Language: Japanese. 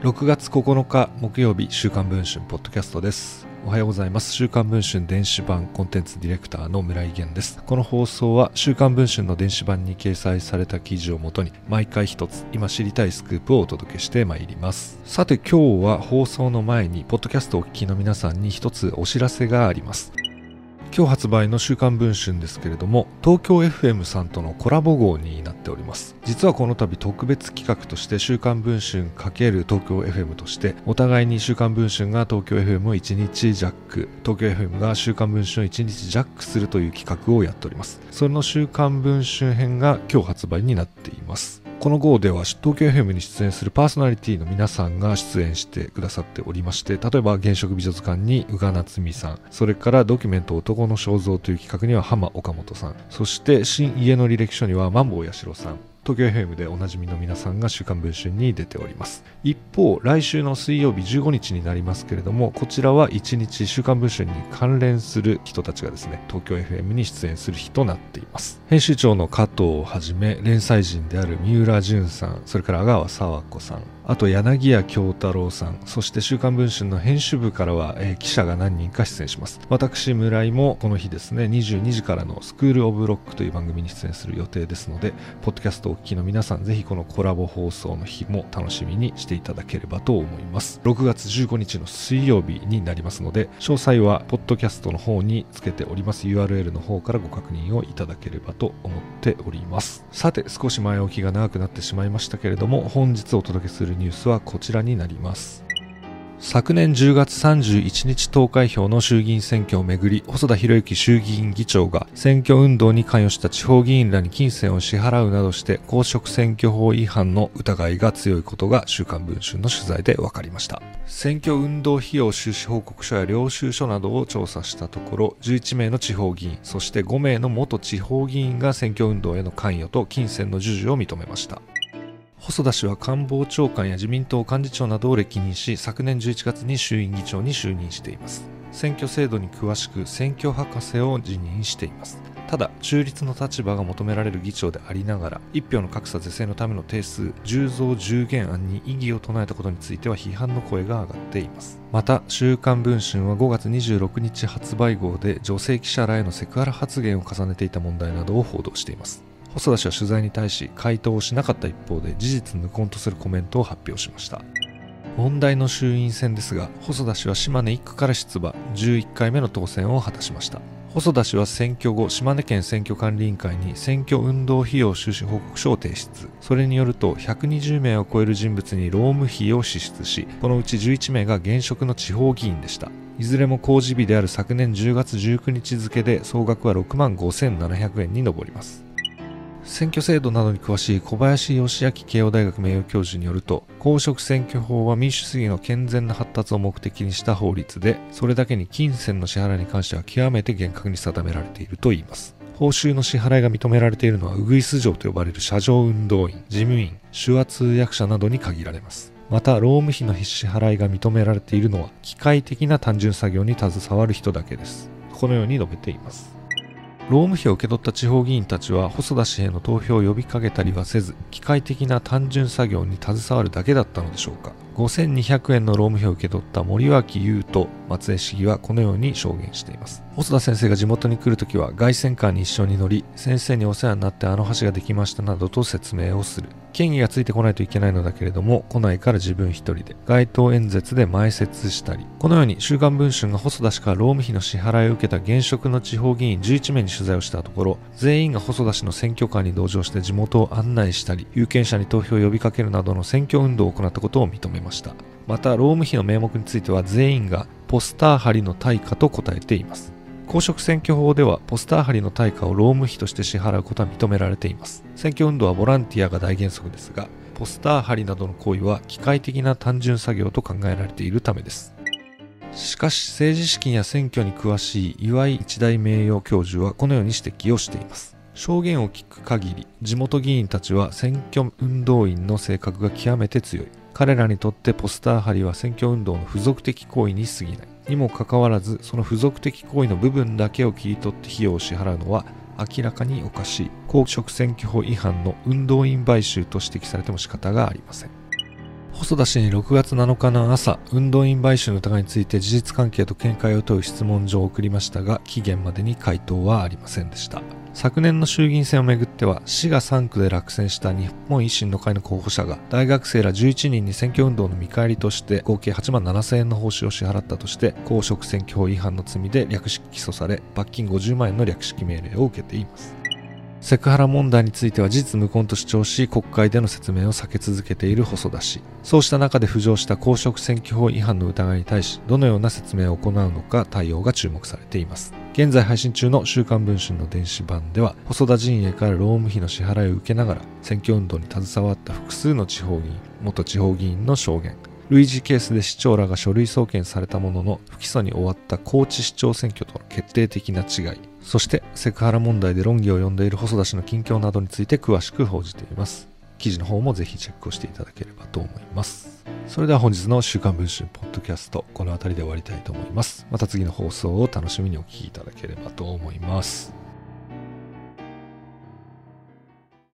6月9日木曜日、週刊文春ポッドキャストです。おはようございます。週刊文春電子版コンテンツディレクターの村井源です。この放送は週刊文春の電子版に掲載された記事をもとに毎回一つ今知りたいスクープをお届けしてまいります。さて今日は放送の前にポッドキャストをお聞きの皆さんに一つお知らせがあります。今日発売の週刊文春ですけれども、東京 FM さんとのコラボ号になっております。実はこの度特別企画として週刊文春×東京 FM としてお互いに週刊文春が東京 FM を1日ジャック、東京 FM が週刊文春を1日ジャックするという企画をやっております。それの週刊文春編が今日発売になっています。この号では東京 FM に出演するパーソナリティの皆さんが出演してくださっておりまして、例えば現職美女図鑑に宇賀なつみさん、それからドキュメント男の肖像という企画には浜岡本さん、そして新家の履歴書にはマンボウ八代さん、東京 FM でおなじみの皆さんが週刊文春に出ております。一方、来週の水曜日15日になりますけれども、こちらは1日週刊文春に関連する人たちがですね、東京 FM に出演する日となっています。編集長の加藤をはじめ、連載人である三浦淳さん、それから阿川佐和子さん、あと柳家京太郎さん、そして週刊文春の編集部からは、記者が何人か出演します。私村井もこの日ですね、22時からのスクールオブロックという番組に出演する予定ですので、ポッドキャストをお聞きの皆さん、ぜひこのコラボ放送の日も楽しみにしていただければと思います。6月15日の水曜日になりますので、詳細はポッドキャストの方につけております URL の方からご確認をいただければと思っております。さて、少し前置きが長くなってしまいましたけれども、本日お届けするニュースはこちらになります。昨年10月31日投開票の衆議院選挙をめぐり、細田博之衆議院議長が選挙運動に関与した地方議員らに金銭を支払うなどして公職選挙法違反の疑いが強いことが週刊文春の取材で分かりました。選挙運動費用収支報告書や領収書などを調査したところ、11名の地方議員、そして5名の元地方議員が選挙運動への関与と金銭の授受を認めました。細田氏は官房長官や自民党幹事長などを歴任し、昨年11月に衆院議長に就任しています。選挙制度に詳しく選挙博士を自認しています。ただ、中立の立場が求められる議長でありながら、一票の格差是正のための定数10増10減案に異議を唱えたことについては批判の声が上がっています。また、週刊文春は5月26日発売号で女性記者らへのセクハラ発言を重ねていた問題などを報道しています。細田氏は取材に対し回答をしなかった一方で、事実無根とするコメントを発表しました。問題の衆院選ですが、細田氏は島根1区から出馬、11回目の当選を果たしました。細田氏は選挙後、島根県選挙管理委員会に選挙運動費用収支報告書を提出。それによると、120名を超える人物に労務費を支出し、このうち11名が現職の地方議員でした。いずれも公示日である昨年10月19日付で総額は65,700円に上ります。選挙制度などに詳しい小林義明慶応大学名誉教授によると、公職選挙法は民主主義の健全な発達を目的にした法律で、それだけに金銭の支払いに関しては極めて厳格に定められているといいます。報酬の支払いが認められているのはウグイス嬢と呼ばれる車上運動員、事務員、手話通訳者などに限られます。また、労務費の支払いが認められているのは機械的な単純作業に携わる人だけです。このように述べています。労務費を受け取った地方議員たちは細田氏への投票を呼びかけたりはせず、機械的な単純作業に携わるだけだったのでしょうか。5200円の労務費を受け取った森脇優斗松江市議はこのように証言しています。細田先生が地元に来るときは凱旋カーに一緒に乗り、先生にお世話になってあの橋ができましたなどと説明をする。県議がついてこないといけないのだけれども、来ないから自分一人で街頭演説で前説したり、このように週刊文春が細田氏から労務費の支払いを受けた現職の地方議員11名に取材をしたところ、全員が細田氏の選挙カーに同乗して地元を案内したり、有権者に投票を呼びかけるなどの選挙運動を行ったことを認めました。また、労務費の名目については全員がポスター貼りの対価と答えています。公職選挙法ではポスター貼りの対価を労務費として支払うことは認められています。選挙運動はボランティアが大原則ですが、ポスター貼りなどの行為は機械的な単純作業と考えられているためです。しかし、政治資金や選挙に詳しい岩井一大名誉教授はこのように指摘をしています。証言を聞く限り、地元議員たちは選挙運動員の性格が極めて強い。彼らにとってポスター貼りは選挙運動の付属的行為に過ぎない。にもかかわらず、その付属的行為の部分だけを切り取って費用を支払うのは明らかにおかしい。公職選挙法違反の運動員買収と指摘されても仕方がありません。 細田氏に6月7日の朝、運動員買収の疑いについて事実関係と見解を問う質問状を送りましたが、期限までに回答はありませんでした。昨年の衆議院選をめぐっては、滋賀3区で落選した日本維新の会の候補者が大学生ら11人に選挙運動の見返りとして合計8万7000円の報酬を支払ったとして公職選挙法違反の罪で略式起訴され、罰金50万円の略式命令を受けています。セクハラ問題については事実無根と主張し、国会での説明を避け続けている細田氏。そうした中で浮上した公職選挙法違反の疑いに対し、どのような説明を行うのか対応が注目されています。現在配信中の週刊文春の電子版では、細田陣営から労務費の支払いを受けながら選挙運動に携わった複数の元地方議員の証言、類似ケースで市長らが書類送検されたものの不起訴に終わった高知市長選挙との決定的な違い、そしてセクハラ問題で論議を呼んでいる細田氏の近況などについて詳しく報じています。記事の方もぜひチェックをしていただければと思います。それでは本日の週刊文春ポッドキャスト、この辺りで終わりたいと思います。また次の放送を楽しみにお聞きいただければと思います。